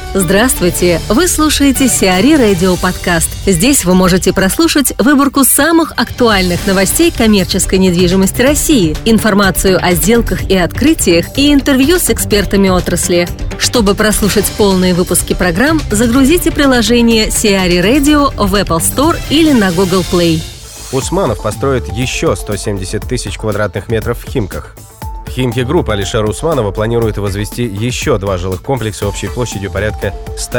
Здравствуйте! Вы слушаете Сиари Радио Подкаст. Здесь вы можете прослушать выборку самых актуальных новостей коммерческой недвижимости России, информацию о сделках и открытиях и интервью с экспертами отрасли. Чтобы прослушать полные выпуски программ, загрузите приложение Сиари Radio в Apple Store или на Google Play. Усманов построит еще 170 тысяч квадратных метров в Химках. Химки Групп Алишера Усманова планирует возвести еще 2 жилых комплекса общей площадью порядка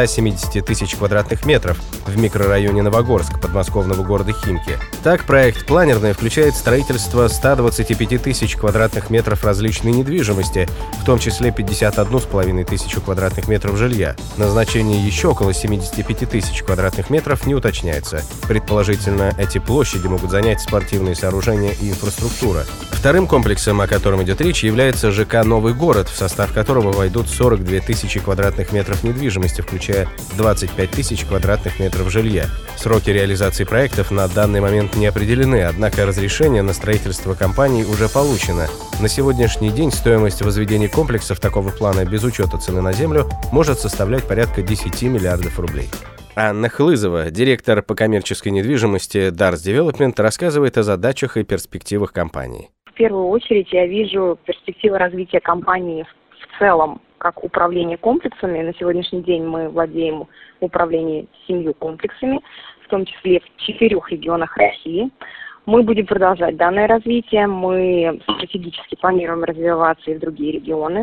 170 тысяч квадратных метров в микрорайоне Новогорск подмосковного города Химки. Так, проект «Планерный» включает строительство 125 тысяч квадратных метров различной недвижимости, в том числе 51,5 тысячи квадратных метров жилья. Назначение еще около 75 тысяч квадратных метров не уточняется. Предположительно, эти площади могут занять спортивные сооружения и инфраструктура. Вторым комплексом, о котором идет речь, является ЖК «Новый город», в состав которого войдут 42 тысячи квадратных метров недвижимости, включая 25 тысяч квадратных метров жилья. Сроки реализации проектов на данный момент не определены, однако разрешение на строительство компаний уже получено. На сегодняшний день стоимость возведения комплексов такого плана без учета цены на землю может составлять порядка 10 миллиардов рублей. Анна Хлызова, директор по коммерческой недвижимости Dars Development, рассказывает о задачах и перспективах компании. В первую очередь я вижу перспективы развития компании в целом как управление комплексами. На сегодняшний день мы владеем управлением 7 комплексами, в том числе в 4 регионах России. Мы будем продолжать данное развитие, мы стратегически планируем развиваться и в другие регионы.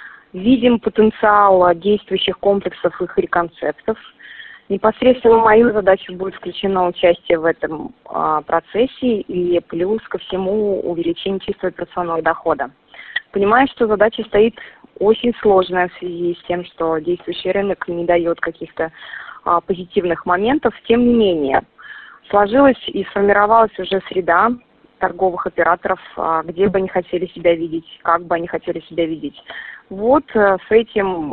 Видим потенциал действующих комплексов и их реконцептов. Непосредственно в мою задачу будет включено участие в этом процессе и плюс ко всему увеличение чистого операционного дохода. Понимаю, что задача стоит очень сложная в связи с тем, что действующий рынок не дает каких-то позитивных моментов. Тем не менее, сложилась и сформировалась уже среда торговых операторов, где бы они хотели себя видеть, как бы они хотели себя видеть. Вот с этим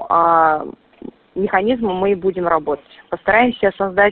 механизмом мы и будем работать. Постараемся создать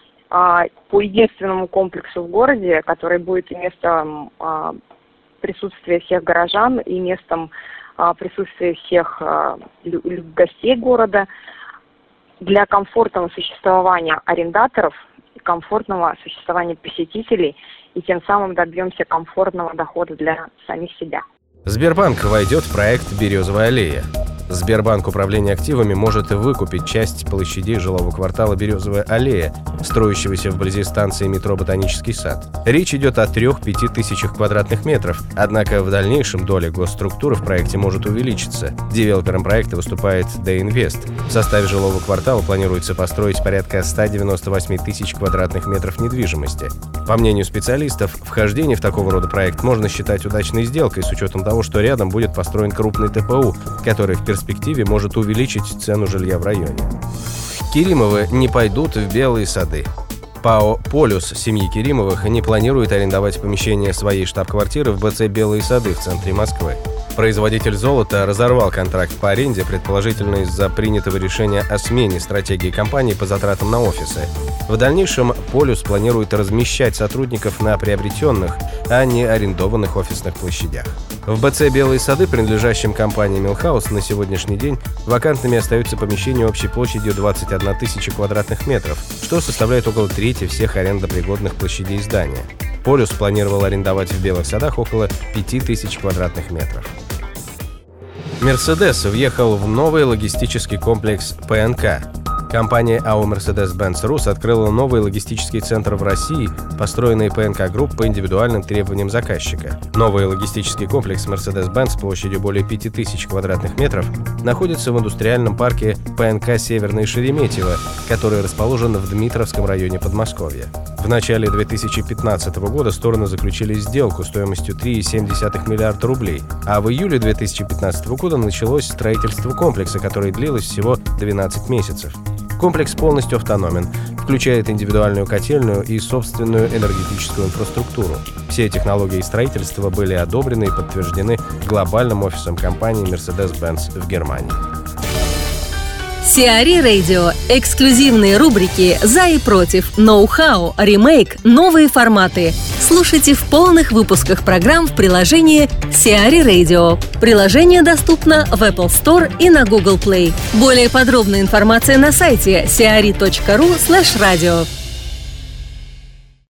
по единственному комплексу в городе, который будет и местом присутствия всех горожан, и местом присутствия всех гостей города для комфортного существования арендаторов и комфортного существования посетителей, и тем самым добьемся комфортного дохода для самих себя. Сбербанк войдет в проект «Березовая аллея». Сбербанк управления активами может выкупить часть площадей жилого квартала «Березовая аллея», строящегося вблизи станции метро «Ботанический сад». Речь идет о 3-5 тысячах квадратных метров, однако в дальнейшем доля госструктуры в проекте может увеличиться. Девелопером проекта выступает D-Invest. В составе жилого квартала планируется построить порядка 198 тысяч квадратных метров недвижимости. По мнению специалистов, вхождение в такого рода проект можно считать удачной сделкой с учетом того, что рядом будет построен крупный ТПУ, который в перспективе может увеличить цену жилья в районе. Керимовы не пойдут в Белые сады. ПАО «Полюс» семьи Керимовых не планирует арендовать помещение своей штаб-квартиры в БЦ «Белые сады» в центре Москвы. Производитель золота разорвал контракт по аренде, предположительно из-за принятого решения о смене стратегии компании по затратам на офисы. В дальнейшем «Полюс» планирует размещать сотрудников на приобретенных, а не арендованных офисных площадях. В БЦ «Белые сады», принадлежащем компании «Милхаус», на сегодняшний день вакантными остаются помещения общей площадью 21 тысяча квадратных метров, что составляет около трети всех арендопригодных площадей здания. «Полюс» планировал арендовать в Белых садах около 5000 квадратных метров. «Мерседес» въехал в новый логистический комплекс ПНК. Компания АО «Мерседес-Бенц Рус» открыла новый логистический центр в России, построенный ПНК Групп по индивидуальным требованиям заказчика. Новый логистический комплекс «Мерседес-Бенц» площадью более 5000 квадратных метров находится в индустриальном парке ПНК «Северное Шереметьево», который расположен в Дмитровском районе Подмосковья. В начале 2015 года стороны заключили сделку стоимостью 3,7 миллиарда рублей, а в июле 2015 года началось строительство комплекса, которое длилось всего 12 месяцев. Комплекс полностью автономен, включает индивидуальную котельную и собственную энергетическую инфраструктуру. Все технологии строительства были одобрены и подтверждены глобальным офисом компании Mercedes-Benz в Германии. Сиари Radio. Эксклюзивные рубрики «За и против», «Ноу-хау», «Ремейк», «Новые форматы». Слушайте в полных выпусках программ в приложении Сиари Radio. Приложение доступно в Apple Store и на Google Play. Более подробная информация на сайте siari.ru/radio.